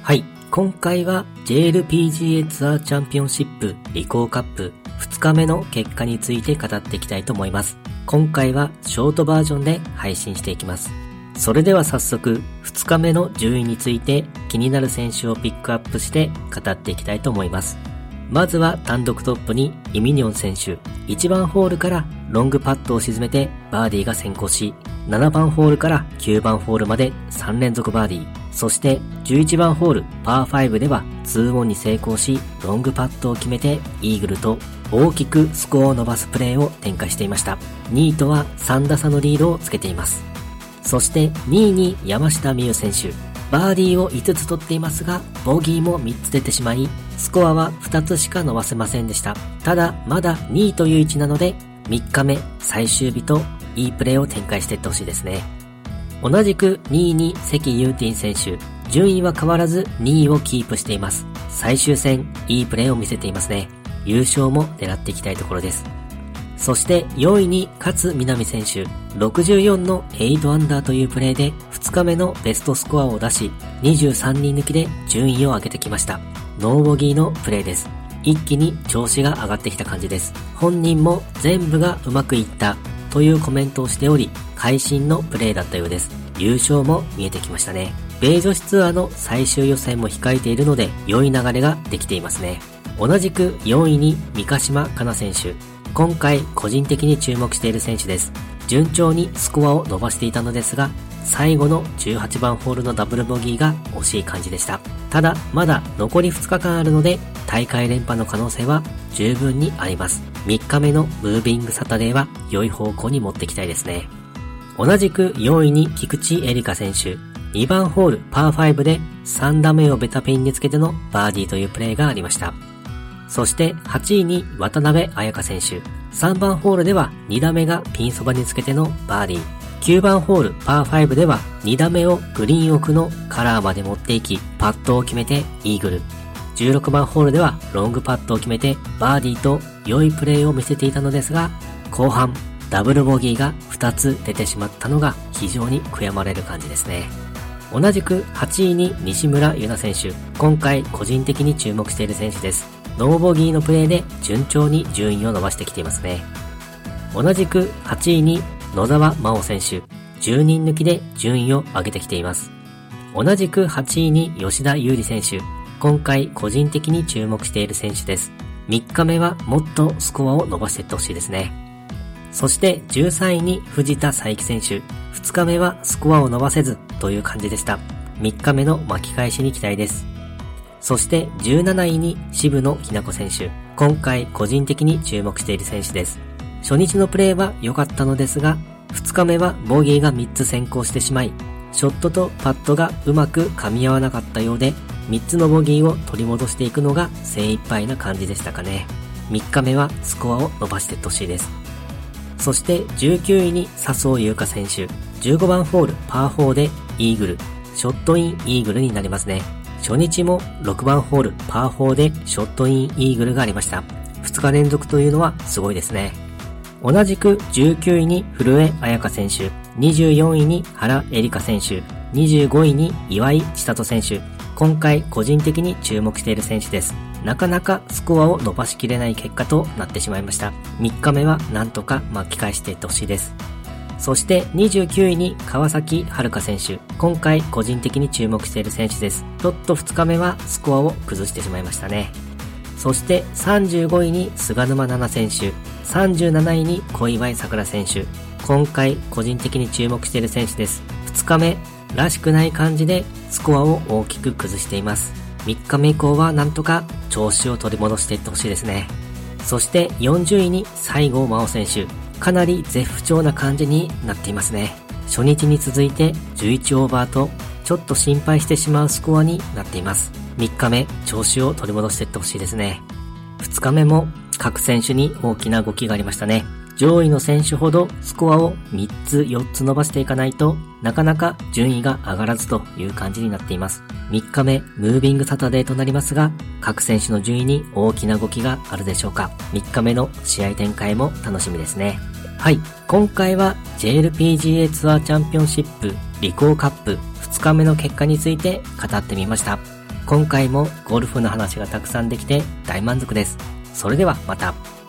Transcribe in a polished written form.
はい、今回は JLPGA ツアーチャンピオンシップリコーカップ2日目の結果について語っていきたいと思います。今回はショートバージョンで配信していきます。それでは早速2日目の順位について気になる選手をピックアップして語っていきたいと思います。まずは単独トップにイミニョン選手。1番ホールからロングパットを沈めてバーディーが先行し、7番ホールから9番ホールまで3連続バーディー。そして11番ホールパー5では2オンに成功し、ロングパットを決めてイーグルと大きくスコアを伸ばすプレーを展開していました。2位とは3打差のリードをつけています。そして2位に山下美夢有選手。バーディーを5つ取っていますが、ボギーも3つ出てしまい、スコアは2つしか伸ばせませんでした。ただ、まだ2位という位置なので、3日目、最終日といいプレーを展開していってほしいですね。同じく2位に関ユーティン選手。順位は変わらず2位をキープしています。最終戦、いいプレーを見せていますね。優勝も狙っていきたいところです。そして4位に勝みなみ選手。64の8アンダーというプレーで2日目のベストスコアを出し、23人抜きで順位を上げてきました。ノーボギーのプレーです。一気に調子が上がってきた感じです。本人も全部がうまくいったというコメントをしており、会心のプレーだったようです。優勝も見えてきましたね。米女子ツアーの最終予選も控えているので、良い流れができていますね。同じく4位に三ヶ島かな選手。今回個人的に注目している選手です。順調にスコアを伸ばしていたのですが、最後の18番ホールのダブルボギーが惜しい感じでした。ただまだ残り2日間あるので、大会連覇の可能性は十分にあります。3日目のムービングサタデーは良い方向に持っていきたいですね。同じく4位に菊池絵里香選手。2番ホールパー5で3打目をベタピンにつけてのバーディーというプレーがありました。そして8位に渡辺彩香選手。3番ホールでは2打目がピンそばにつけてのバーディー。9番ホールパー5では2打目をグリーン奥のカラーまで持っていき、パットを決めてイーグル。16番ホールではロングパットを決めてバーディーと良いプレーを見せていたのですが、後半ダブルボギーが2つ出てしまったのが非常に悔やまれる感じですね。同じく8位に西村優菜選手。今回個人的に注目している選手です。ノーボギーのプレーで順調に順位を伸ばしてきていますね。同じく8位に野沢真央選手。10人抜きで順位を上げてきています。同じく8位に吉田優利選手。今回個人的に注目している選手です。3日目はもっとスコアを伸ばしていってほしいですね。そして13位に藤田さいき選手。2日目はスコアを伸ばせずという感じでした。3日目の巻き返しに期待です。そして17位に渋野日向子選手。今回個人的に注目している選手です。初日のプレーは良かったのですが、2日目はボギーが3つ先行してしまい、ショットとパットがうまく噛み合わなかったようで、3つのボギーを取り戻していくのが精一杯な感じでしたかね。3日目はスコアを伸ばしていってほしいです。そして19位に笹生優花選手。15番ホールパー4でイーグル。ショットインイーグルになりますね。初日も6番ホールパー4でショットインイーグルがありました。2日連続というのはすごいですね。同じく19位に古江彩佳選手。24位に原恵梨香選手。25位に岩井千怜選手。今回個人的に注目している選手です。なかなかスコアを伸ばしきれない結果となってしまいました。3日目はなんとか巻き返していってほしいです。そして29位に川崎春花選手。今回個人的に注目している選手です。ちょっと2日目はスコアを崩してしまいましたね。そして35位に菅沼菜々選手。37位に小祝さくら選手。今回個人的に注目している選手です。2日目らしくない感じでスコアを大きく崩しています。3日目以降はなんとか調子を取り戻していってほしいですね。そして40位に西郷真央選手。かなり絶不調な感じになっていますね。初日に続いて11オーバーとちょっと心配してしまうスコアになっています。3日目調子を取り戻していってほしいですね。2日目も各選手に大きな動きがありましたね。上位の選手ほどスコアを3つ4つ伸ばしていかないとなかなか順位が上がらずという感じになっています。3日目ムービングサタデーとなりますが、各選手の順位に大きな動きがあるでしょうか。3日目の試合展開も楽しみですね。はい、今回は JLPGA ツアーチャンピオンシップリコーカップ2日目の結果について語ってみました。 今回もゴルフの話がたくさんできて大満足です。それではまた。